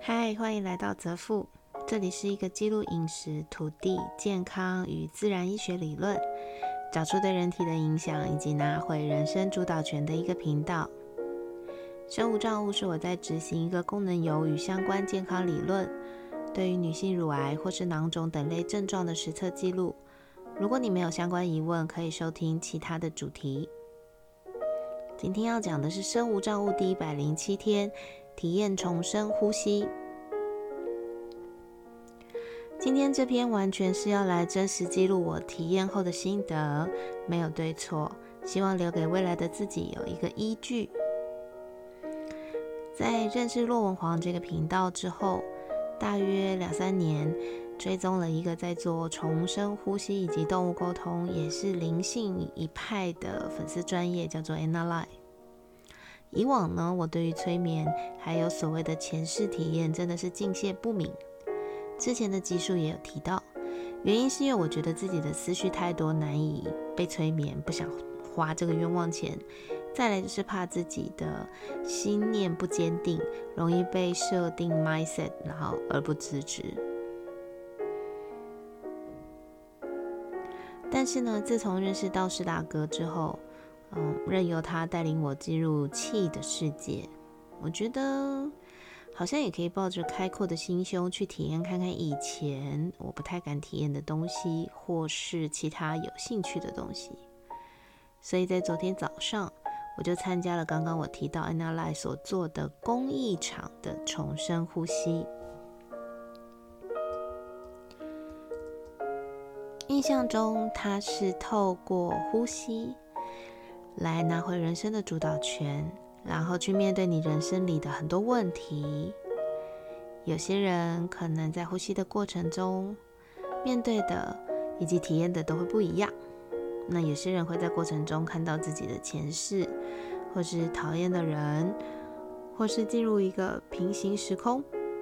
嗨，欢迎来到泽富，这里是一个记录饮食、土地、健康与自然医学理论，找出对人体的影响，以及拿回人生主导权的一个频道。生无障物是我在执行一个功能油与相关健康理论，对于女性乳癌或是囊肿等类症状的实测记录。如果你没有相关疑问，可以收听其他的主题。今天要讲的是生无障物第107天，体验重生呼吸。今天这篇完全是要来真实记录我体验后的心得，没有对错，希望留给未来的自己有一个依据。在认识骆文煌这个频道之后，大约2-3年，追踪了一个在做重生呼吸以及动物沟通，也是灵性一派的粉丝专页，叫做 Anna Lai。以往呢，我对于催眠还有所谓的前世体验真的是敬谢不敏。之前的集数也有提到，原因是因为我觉得自己的思绪太多，难以被催眠，不想花这个冤枉钱。再来就是怕自己的心念不坚定，容易被设定 mindset， 然后而不自知。但是呢，自从认识道士大哥之后，任由他带领我进入气的世界，我觉得好像也可以抱着开阔的心胸去体验看看以前我不太敢体验的东西，或是其他有兴趣的东西。所以在昨天早上，我就参加了刚刚我提到 Anna Lai 所做的公益场的重生呼吸。印象中，它是透过呼吸来拿回人生的主导权，然后去面对你人生里的很多问题。有些人可能在呼吸的过程中面对的以及体验的都会不一样。那有些人会在过程中看到自己的前世，或是讨厌的人，或是进入一个平行时空，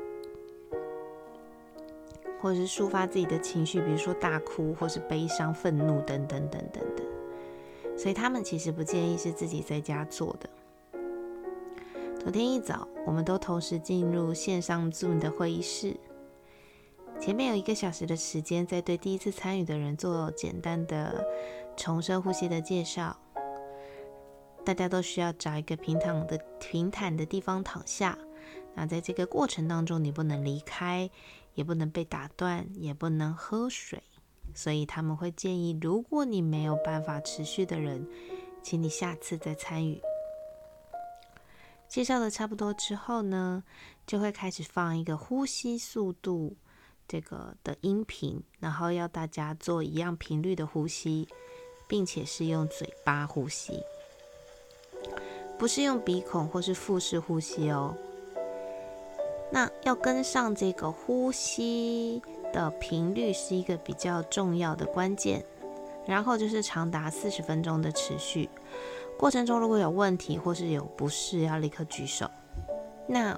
或是抒发自己的情绪，比如说大哭，或是悲伤、愤怒等等等等的。所以他们其实不建议是自己在家做的。昨天一早，我们都同时进入线上 Zoom 的会议室，前面有1个小时的时间，在对第一次参与的人做简单的重生呼吸的介绍。大家都需要找一个平坦的地方躺下。那在这个过程当中，你不能离开，也不能被打断，也不能喝水。所以他们会建议，如果你没有办法持续的人，请你下次再参与。介绍的差不多之后呢，就会开始放一个呼吸速度的音频，然后要大家做一样频率的呼吸，并且是用嘴巴呼吸，不是用鼻孔或是腹式呼吸哦。那要跟上这个呼吸的频率是一个比较重要的关键，然后就是长达40分钟的持续。过程中如果有问题或是有不适，要立刻举手。那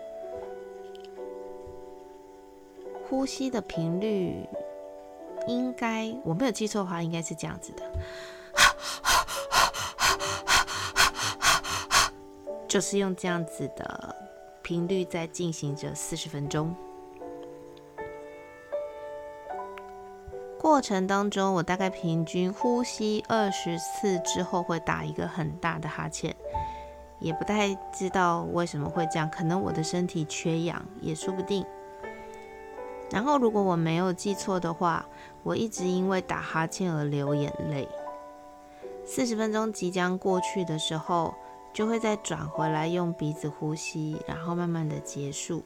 呼吸的频率应该，我没有记错的话，应该是这样子的，就是用这样子的频率在进行着40分钟。过程当中，我大概平均呼吸20次之后会打一个很大的哈欠，也不太知道为什么会这样，可能我的身体缺氧也说不定。然后如果我没有记错的话，我一直因为打哈欠而流眼泪。40分钟即将过去的时候，就会再转回来用鼻子呼吸，然后慢慢的结束。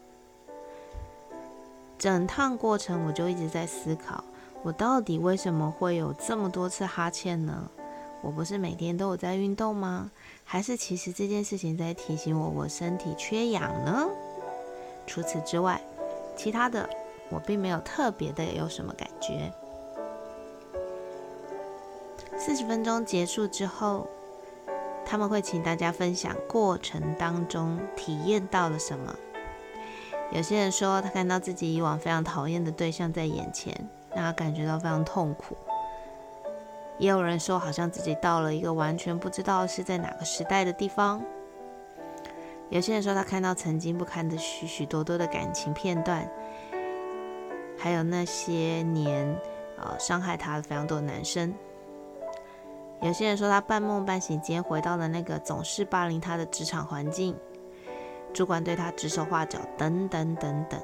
整趟过程我就一直在思考，我到底为什么会有这么多次哈欠呢？我不是每天都有在运动吗？还是其实这件事情在提醒我身体缺氧呢？除此之外，其他的我并没有特别的有什么感觉。40分钟结束之后，他们会请大家分享过程当中体验到了什么。有些人说他看到自己以往非常讨厌的对象在眼前，让他感觉到非常痛苦。也有人说好像自己到了一个完全不知道是在哪个时代的地方。 有些人说他看到曾经不堪的许许多多的感情片段，还有那些年伤害他的非常多的男生。有些人说他半梦半醒间回到了那个总是霸凌他的职场环境，主管对他指手画脚等等等等。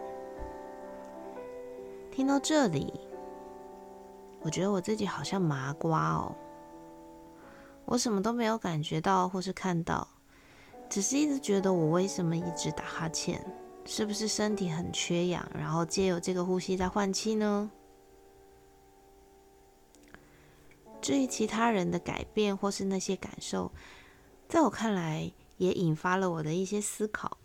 听到这里，我觉得我自己好像麻瓜哦，我什么都没有感觉到或是看到，只是一直觉得我为什么一直打哈欠，是不是身体很缺氧，然后借由这个呼吸在换气呢？至于其他人的改变或是那些感受，在我看来也引发了我的一些思考。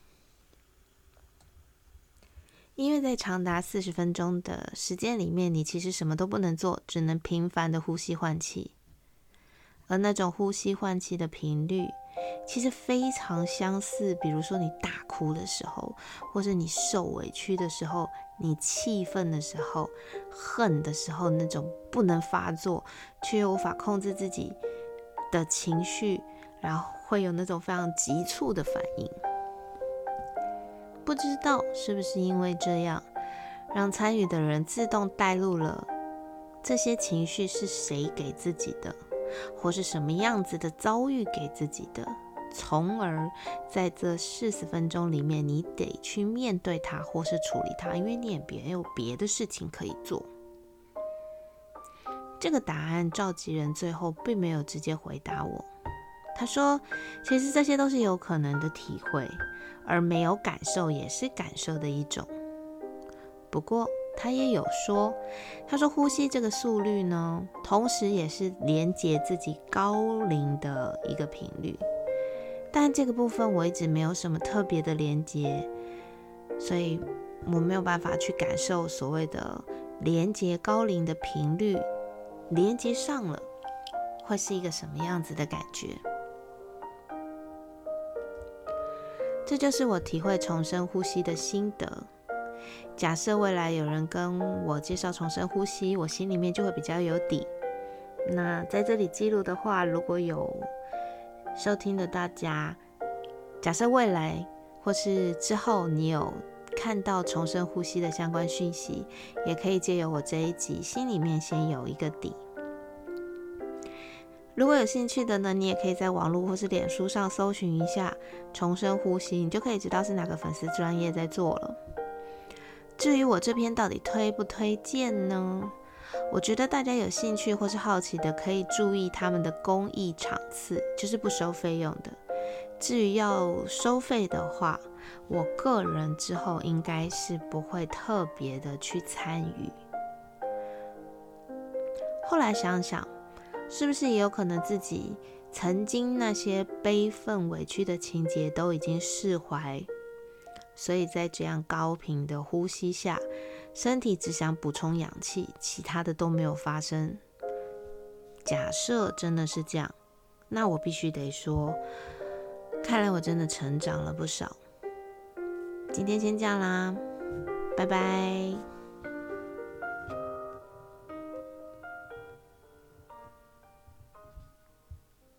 因为在长达40分钟的时间里面，你其实什么都不能做，只能频繁的呼吸换气。而那种呼吸换气的频率其实非常相似，比如说你大哭的时候，或是你受委屈的时候，你气愤的时候，恨的时候，那种不能发作却又无法控制自己的情绪，然后会有那种非常急促的反应。不知道是不是因为这样，让参与的人自动带入了这些情绪是谁给自己的，或是什么样子的遭遇给自己的，从而在这40分钟里面，你得去面对它或是处理它，因为你也没有别的事情可以做。这个答案召集人最后并没有直接回答我，他说其实这些都是有可能的体会，而没有感受也是感受的一种。不过他也有说，他说呼吸这个速率呢，同时也是连接自己高龄的一个频率，但这个部分我一直没有什么特别的连接，所以我没有办法去感受所谓的连接高龄的频率，连接上了会是一个什么样子的感觉。这就是我体会重生呼吸的心得。假设未来有人跟我介绍重生呼吸，我心里面就会比较有底。那在这里记录的话，如果有收听的大家，假设未来或是之后你有看到重生呼吸的相关讯息，也可以借由我这一集心里面先有一个底。如果有兴趣的呢，你也可以在网络或是脸书上搜寻一下重生呼吸，你就可以知道是哪个粉丝专页在做了。至于我这篇到底推不推荐呢？我觉得大家有兴趣或是好奇的，可以注意他们的公益场次，就是不收费用的。至于要收费的话，我个人之后应该是不会特别的去参与。后来想想，是不是也有可能自己曾经那些悲愤委屈的情节都已经释怀，所以在这样高频的呼吸下，身体只想补充氧气，其他的都没有发生。假设真的是这样，那我必须得说，看来我真的成长了不少。今天先这样啦，拜拜。